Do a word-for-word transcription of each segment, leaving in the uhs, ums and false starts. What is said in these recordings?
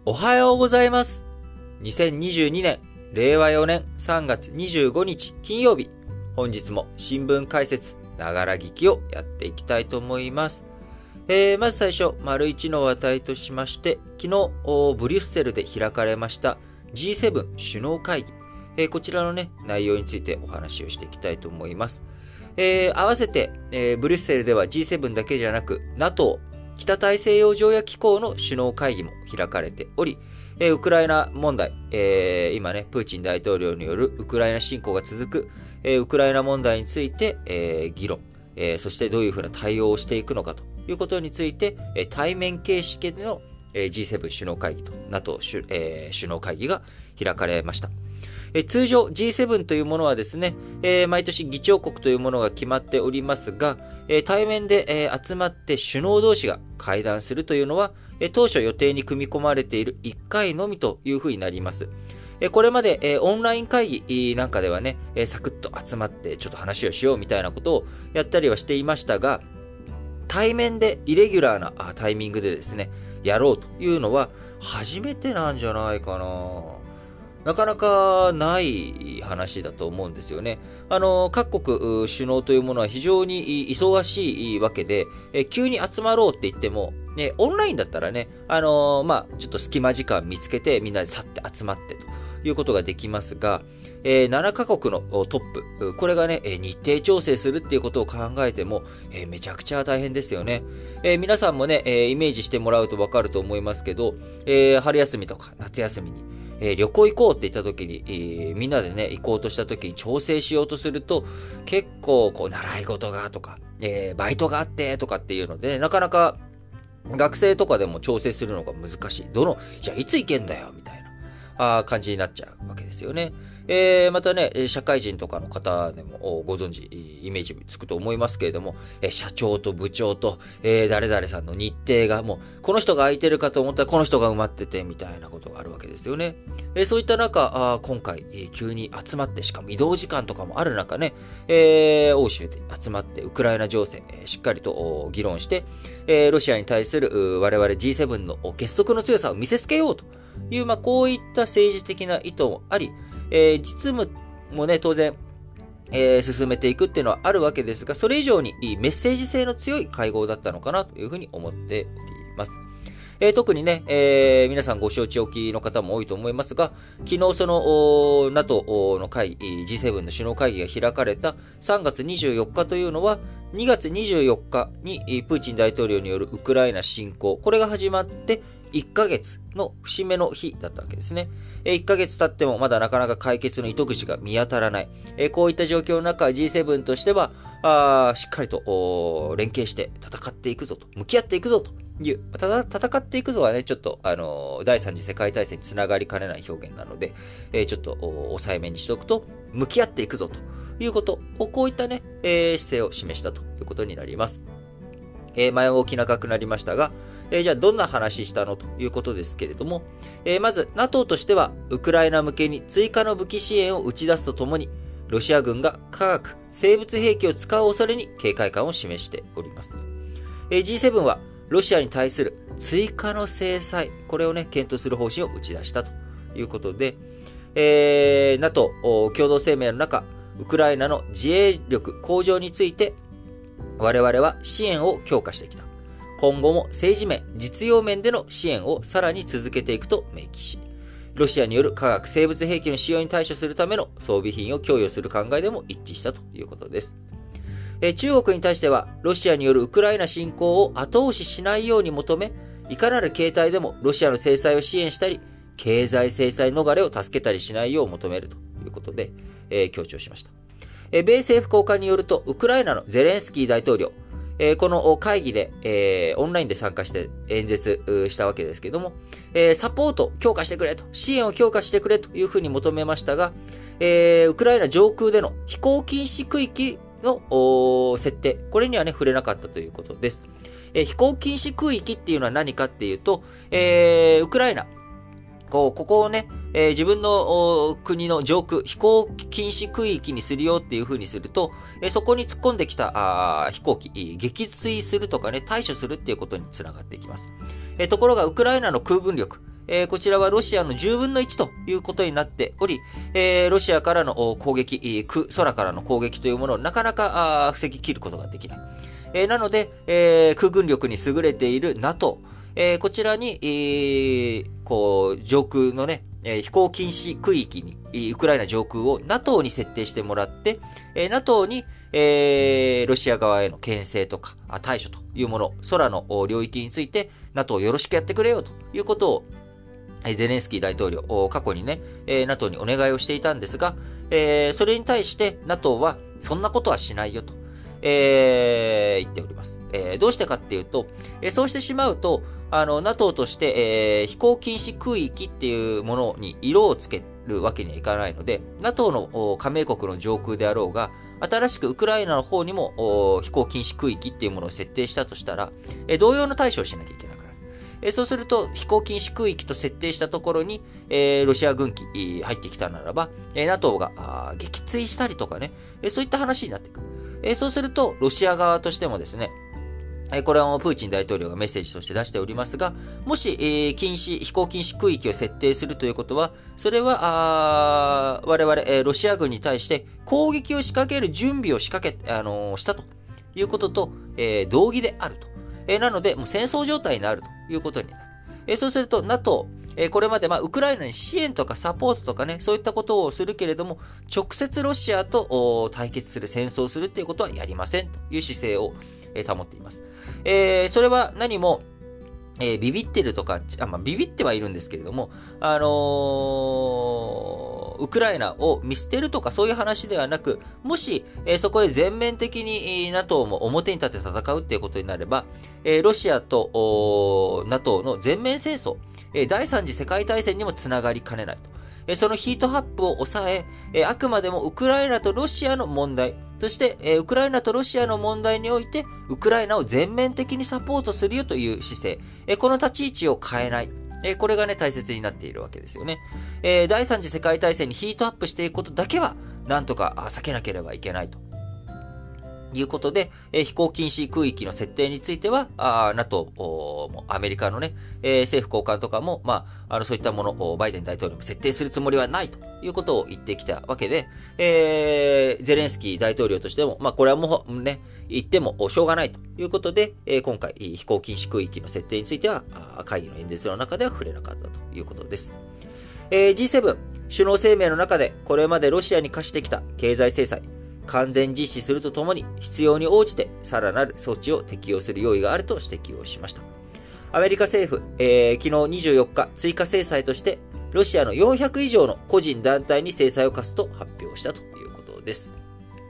おはようございます。にせんにじゅうにねん、れいわよねんさんがつにじゅうごにち金曜日。本日も新聞解説、ながら聞きをやっていきたいと思います。えー、まず最初、丸一の話題としまして、昨日、ブリュッセルで開かれました ジーセブン 首脳会議。えー、こちらのね、内容についてお話をしていきたいと思います。えー、合わせて、えー、ブリュッセルでは ジーセブン だけじゃなく、NATO、北大西洋条約機構の首脳会議も開かれており、えー、ウクライナ問題、えー、今ね、プーチン大統領によるウクライナ侵攻が続く、えー、ウクライナ問題について、えー、議論、えー、そしてどういうふうな対応をしていくのかということについて、えー、対面形式での、えー、ジーセブン 首脳会議と NATO 首、えー、首脳会議が開かれました。えー、通常 ジーセブン というものはですね、えー、毎年議長国というものが決まっておりますが、えー、対面で、えー、集まって首脳同士が会談するというのは、えー、当初予定に組み込まれているいっかいのみというふうになります。えー、これまで、えー、オンライン会議なんかではね、えー、サクッと集まってちょっと話をしようみたいなことをやったりはしていましたが、対面でイレギュラーなタイミングでですね、やろうというのは初めてなんじゃないかな。なかなかない話だと思うんですよね。あの、各国首脳というものは非常に忙しいわけで、え急に集まろうって言っても、ね、オンラインだったらね、あのー、まあ、ちょっと隙間時間見つけてみんなで去って集まってということができますが、えー、ななかこくのトップ、これがね、日程調整するっていうことを考えても、えー、めちゃくちゃ大変ですよね。えー、皆さんもね、イメージしてもらうとわかると思いますけど、えー、春休みとか夏休みに、えー、旅行行こうって言った時に、えー、みんなでね、行こうとした時に調整しようとすると、結構、こう、習い事がとか、えー、バイトがあってとかっていうので、なかなか学生とかでも調整するのが難しい。どの、じゃあいつ行けんだよみたいなあ感じになっちゃうわけですよね。えー、またね、社会人とかの方でもご存知、イメージつくと思いますけれども、社長と部長と、えー、誰々さんの日程がもう、この人が空いてるかと思ったらこの人が埋まっててみたいなことがあるわけですよね。えー、そういった中、あ今回、えー、急に集まって、しかも移動時間とかもある中ね、えー、欧州で集まってウクライナ情勢、えー、しっかりと議論して、えー、ロシアに対する我々 ジーセブン の結束の強さを見せつけようという、まあ、こういった政治的な意図もあり、えー、実務もね、当然、えー、進めていくっていうのはあるわけですが、それ以上にメッセージ性の強い会合だったのかなというふうに思っております。えー、特にね、えー、皆さんご承知おきの方も多いと思いますが、昨日その NATO の会議、ジーセブン の首脳会議が開かれたさんがつにじゅうよっかというのは、にがつにじゅうよっかにプーチン大統領によるウクライナ侵攻、これが始まっていっかげつの節目の日だったわけですね。いっかげつ経ってもまだなかなか解決の糸口が見当たらない。こういった状況の中、ジーセブン としては、あしっかりと連携して戦っていくぞと、向き合っていくぞという、ただ戦っていくぞはね、ちょっと、あのー、第三次世界大戦につながりかねない表現なので、えー、ちょっと抑えめにしておくと、向き合っていくぞということ、こういったね、えー、姿勢を示したということになります。えー、前置き長くなりましたが、えー、じゃあどんな話したのということですけれども、えー、まず NATO としてはウクライナ向けに追加の武器支援を打ち出すとともに、ロシア軍が化学、生物兵器を使う恐れに警戒感を示しております。えー、ジーセブン はロシアに対する追加の制裁、これをね、検討する方針を打ち出したということで、えー、NATO 共同声明の中、ウクライナの自衛力向上について、我々は支援を強化してきた。今後も政治面、実用面での支援をさらに続けていくと明記し、ロシアによる化学生物兵器の使用に対処するための装備品を供与する考えでも一致したということです。え中国に対しては、ロシアによるウクライナ侵攻を後押ししないように求め、いかなる形態でもロシアの制裁を支援したり、経済制裁逃れを助けたりしないよう求めるということで、えー、強調しました。え米政府高官によると、ウクライナのゼレンスキー大統領、えー、この会議で、えー、オンラインで参加して演説したわけですけども、えー、サポート強化してくれと、支援を強化してくれというふうに求めましたが、えー、ウクライナ上空での飛行禁止区域の設定、これにはね、触れなかったということです。えー、飛行禁止区域っていうのは何かっていうと、えー、ウクライナ、こう、ここをね、えー、自分の国の上空、飛行禁止区域にするよっていう風にすると、えー、そこに突っ込んできたあ飛行機、撃墜するとかね、対処するっていうことにつながっていきます。えー、ところが、ウクライナの空軍力、 えー、こちらはロシアのじゅうぶんのいちということになっており、えー、ロシアからの攻撃、空からの攻撃というものをなかなか防ぎ切ることができない。えー、なので、えー、空軍力に優れている ナトー、えー、こちらに、えー、こう、上空のね、えー、飛行禁止区域に、ウクライナ上空を ナトー に設定してもらって、えー、ナトー に、えー、ロシア側への牽制とか対処というもの、空の領域について ナトー よろしくやってくれよということを、ゼレンスキー大統領、過去にね、ナトー にお願いをしていたんですが、えー、それに対して ナトー はそんなことはしないよと、えー、言っております。えー、どうしてかっていうと、えー、そうしてしまうと、あの、ナトー として、えー、飛行禁止区域っていうものに色をつけるわけにはいかないので、ナトー の加盟国の上空であろうが、新しくウクライナの方にも飛行禁止区域っていうものを設定したとしたら、えー、同様の対処をしなきゃいけなくなる。えー、そうすると、飛行禁止区域と設定したところに、えー、ロシア軍機入ってきたならば、えー、ナトー が撃墜したりとかね、えー、そういった話になってくる。えー、そうすると、ロシア側としてもですね、これはプーチン大統領がメッセージとして出しておりますが、もし、えー、禁止、飛行禁止区域を設定するということは、それは、あ我々、えー、ロシア軍に対して攻撃を仕掛ける準備を仕掛け、あのー、したということと、えー、同義であると。えー、なので、もう戦争状態になるということになる。えー、そうすると、ナトー、えー、これまで、まあ、ウクライナに支援とかサポートとかね、そういったことをするけれども、直接ロシアと対決する、戦争するっていうことはやりませんという姿勢を、えー、保っています。えー、それは何も、えー、ビビってるとか、あ、まあ、ビビってはいるんですけれども、あのー、ウクライナを見捨てるとかそういう話ではなく、もし、えー、そこで全面的に ナトー も表に立って戦うっていうことになれば、えー、ロシアと ナトー の全面戦争、えー、第三次世界大戦にもつながりかねないと。えー、そのヒートアップを抑え、えー、あくまでもウクライナとロシアの問題、そして、えー、ウクライナとロシアの問題において、ウクライナを全面的にサポートするよという姿勢、えー、この立ち位置を変えない、えー、これがね、大切になっているわけですよね。えー、第三次世界大戦にヒートアップしていくことだけは、なんとか避けなければいけないと。いうことで、えー、飛行禁止空域の設定については、あ ナトー もアメリカのね、えー、政府高官とかも、まあ、あの、そういったものをバイデン大統領も設定するつもりはないということを言ってきたわけで、えー、ゼレンスキー大統領としても、まあ、これはもうね、言ってもしょうがないということで、えー、今回、飛行禁止空域の設定については、会議の演説の中では触れなかったということです。えー、ジーセブン 首脳声明の中で、これまでロシアに課してきた経済制裁、完全実施するとともに、必要に応じてさらなる措置を適用する用意があると指摘をしました。アメリカ政府、えー、昨日にじゅうよっか追加制裁として、ロシアのよんひゃくいじょうの個人団体に制裁を科すと発表したということです。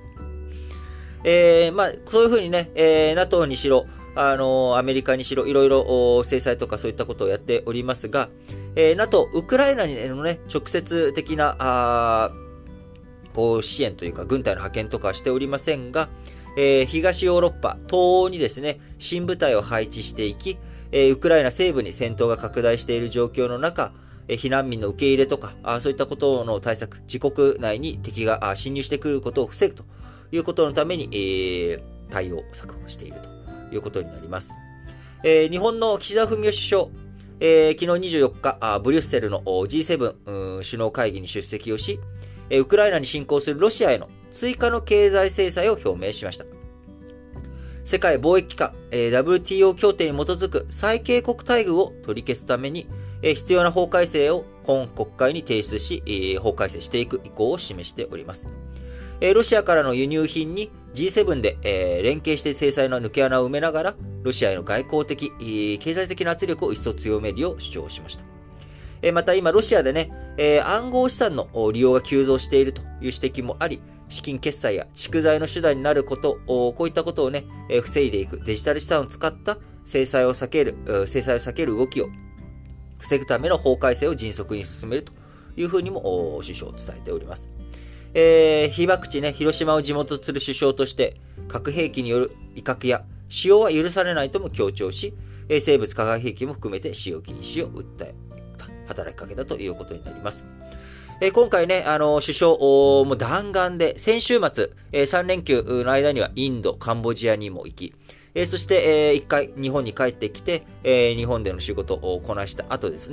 えー、まあ、そういうふうにね、えー、ナトー にしろ、あのー、アメリカにしろ、いろいろ制裁とかそういったことをやっておりますが、えー、ナトー、ウクライナへのね、直接的な、あこう支援というか軍隊の派遣とかはしておりませんが、えー、東ヨーロッパ、東欧にですね、新部隊を配置していき、えー、ウクライナ西部に戦闘が拡大している状況の中、えー、避難民の受け入れとか、あそういったことの対策、自国内に敵が侵入してくることを防ぐということのために、えー、対応策をしているということになります。えー、日本の岸田文雄首相、えー、昨日にじゅうよっか、あブリュッセルの ジーセブン 首脳会議に出席をし、ウクライナに侵攻するロシアへの追加の経済制裁を表明しました。世界貿易機関 ダブリューティーオー 協定に基づく最恵国待遇を取り消すために必要な法改正を今国会に提出し、法改正していく意向を示しております。ロシアからの輸入品に ジーセブン で連携して制裁の抜け穴を埋めながら、ロシアへの外交的、経済的な圧力を一層強めるよう主張しました。また今、ロシアでね、暗号資産の利用が急増しているという指摘もあり、資金決済や蓄財の手段になること、こういったことをね、防いでいくデジタル資産を使った制裁を避ける、制裁を避ける動きを防ぐための法改正を迅速に進めるというふうにも首相は伝えております。えー、被爆地ね、広島を地元とする首相として、核兵器による威嚇や使用は許されないとも強調し、生物化学兵器も含めて使用禁止を訴え、働きかけたということになります。えー、今回ね、あの、首相も弾丸で、先週末、えー、さんれんきゅうの間にはインド、カンボジアにも行き、えー、そして、えー、一回日本に帰ってきて、えー、日本での仕事をこなした後ですね、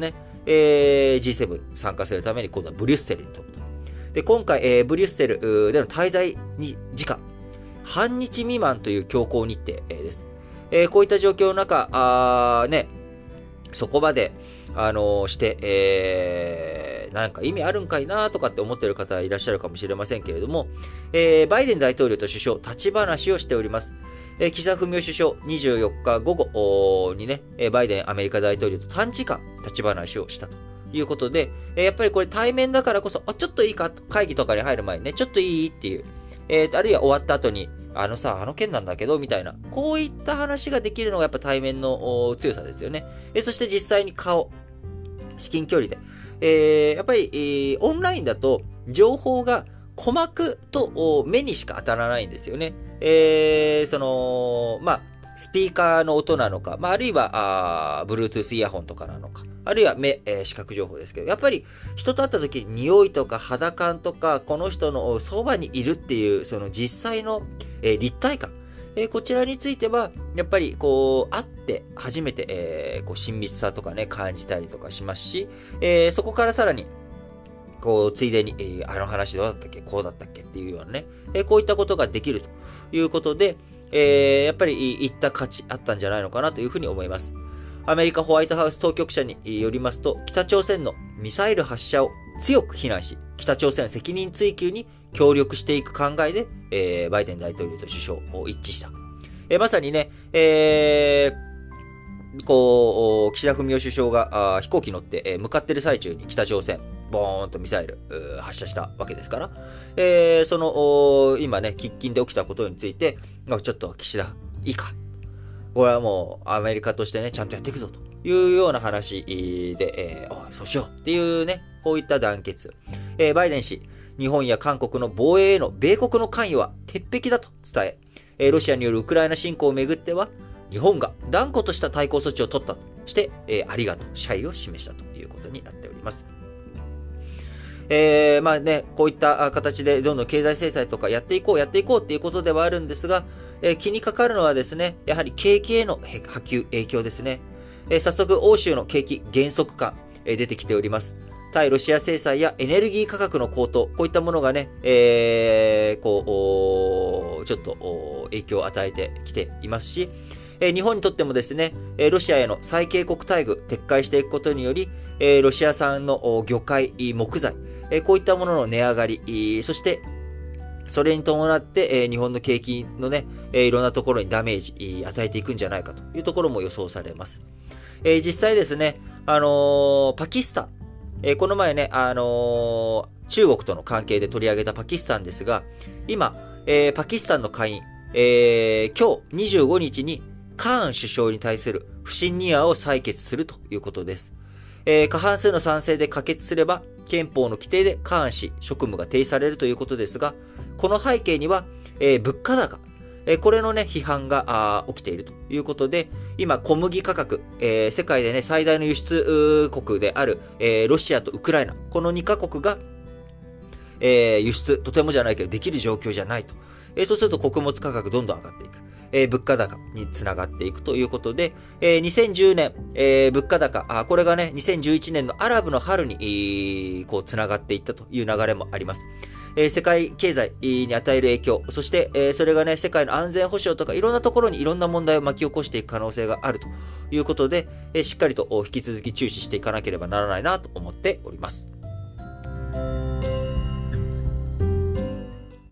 えー、ジーセブン に参加するために今度はブリュッセルに飛ぶと。で、今回、えー、ブリュッセルでの滞在に時間、半日未満という強行日程です。えー、こういった状況の中、あね、そこまで、あのー、して、えー、なんか意味あるんかいなとかって思ってる方いらっしゃるかもしれませんけれども、えー、バイデン大統領と首相、立ち話をしております。えー、岸田文雄首相、にじゅうよっか午後にね、バイデンアメリカ大統領と短時間立ち話をしたということで、えー、やっぱりこれ対面だからこそ、あ、ちょっといいか、会議とかに入る前にね、ちょっといいっていう、えー、あるいは終わった後に、あのさ、あの件なんだけど、みたいな、こういった話ができるのがやっぱ対面の強さですよね。えー、そして実際に顔、至近距離で、えー、やっぱり、えー、オンラインだと情報が鼓膜と目にしか当たらないんですよね。えー、その、まあ、スピーカーの音なのか、まあ、あるいは、あ Bluetooth イヤホンとかなのか、あるいは目、えー、視覚情報ですけど、やっぱり人と会った時に匂いとか肌感とか、この人のそばにいるっていう、その実際の、えー、立体感、えー、こちらについては、やっぱりこう、会って初めて、えー、こう親密さとかね、感じたりとかしますし、えー、そこからさらに、こう、ついでに、えー、あの話どうだったっけ、こうだったっけっていうようなね、えー、こういったことができるということで、えー、やっぱりいった価値あったんじゃないのかなというふうに思います。アメリカホワイトハウス当局者によりますと、北朝鮮のミサイル発射を強く非難し、北朝鮮責任追及に協力していく考えで、えー、バイデン大統領と首相を一致した。えー、まさにね、えー、こう、岸田文雄首相が飛行機乗って、えー、向かってる最中に北朝鮮、ボーンとミサイル発射したわけですから、えー、その、今ね、喫緊で起きたことについて、ちょっと岸田、いいか。これはもうアメリカとしてね、ちゃんとやっていくぞというような話で、えー、おい、そうしようっていうね、こういった団結。えー、バイデン氏、日本や韓国の防衛への米国の関与は鉄壁だと伝え、えー、ロシアによるウクライナ侵攻をめぐっては、日本が断固とした対抗措置を取ったとして、えー、ありがとう、謝意を示したということになっております。えー、まあね、こういった形でどんどん経済制裁とかやっていこう、やっていこうっていうことではあるんですが、えー、気にかかるのはですね、やはり景気への波及、影響ですね。えー、早速、欧州の景気減速感、えー、出てきております。対ロシア制裁やエネルギー価格の高騰、こういったものがね、えー、こう、ちょっと影響を与えてきていますし、えー、日本にとってもですね、ロシアへの最恵国待遇撤回していくことにより、えー、ロシア産の魚介、木材、えー、こういったものの値上がり、そして、それに伴って、えー、日本の景気のね、えー、いろんなところにダメージ、与えていくんじゃないかというところも予想されます。えー、実際ですね、あのー、パキスタン、えー、この前ね、あのー、中国との関係で取り上げたパキスタンですが、今、えー、パキスタンの下院、えー、今日にじゅうごにちにカーン首相に対する不信任案を採決するということです。えー、過半数の賛成で可決すれば、憲法の規定でカーン氏職務が停止されるということですが、この背景には、えー、物価高、えー、これのね、批判が起きているということで、今、小麦価格、えー、世界でね、最大の輸出国である、えー、ロシアとウクライナ、このにカ国が、えー、輸出、とてもじゃないけど、できる状況じゃないと。えー、そうすると穀物価格どんどん上がっていく。えー、物価高につながっていくということで、えー、にせんじゅうねん、えー、物価高、あ、これがね、にせんじゅういちねんのアラブの春に、えー、こう、つながっていったという流れもあります。えー、世界経済に与える影響、そして、えー、それがね、世界の安全保障とかいろんなところにいろんな問題を巻き起こしていく可能性があるということで、えー、しっかりと引き続き注視していかなければならないなと思っております。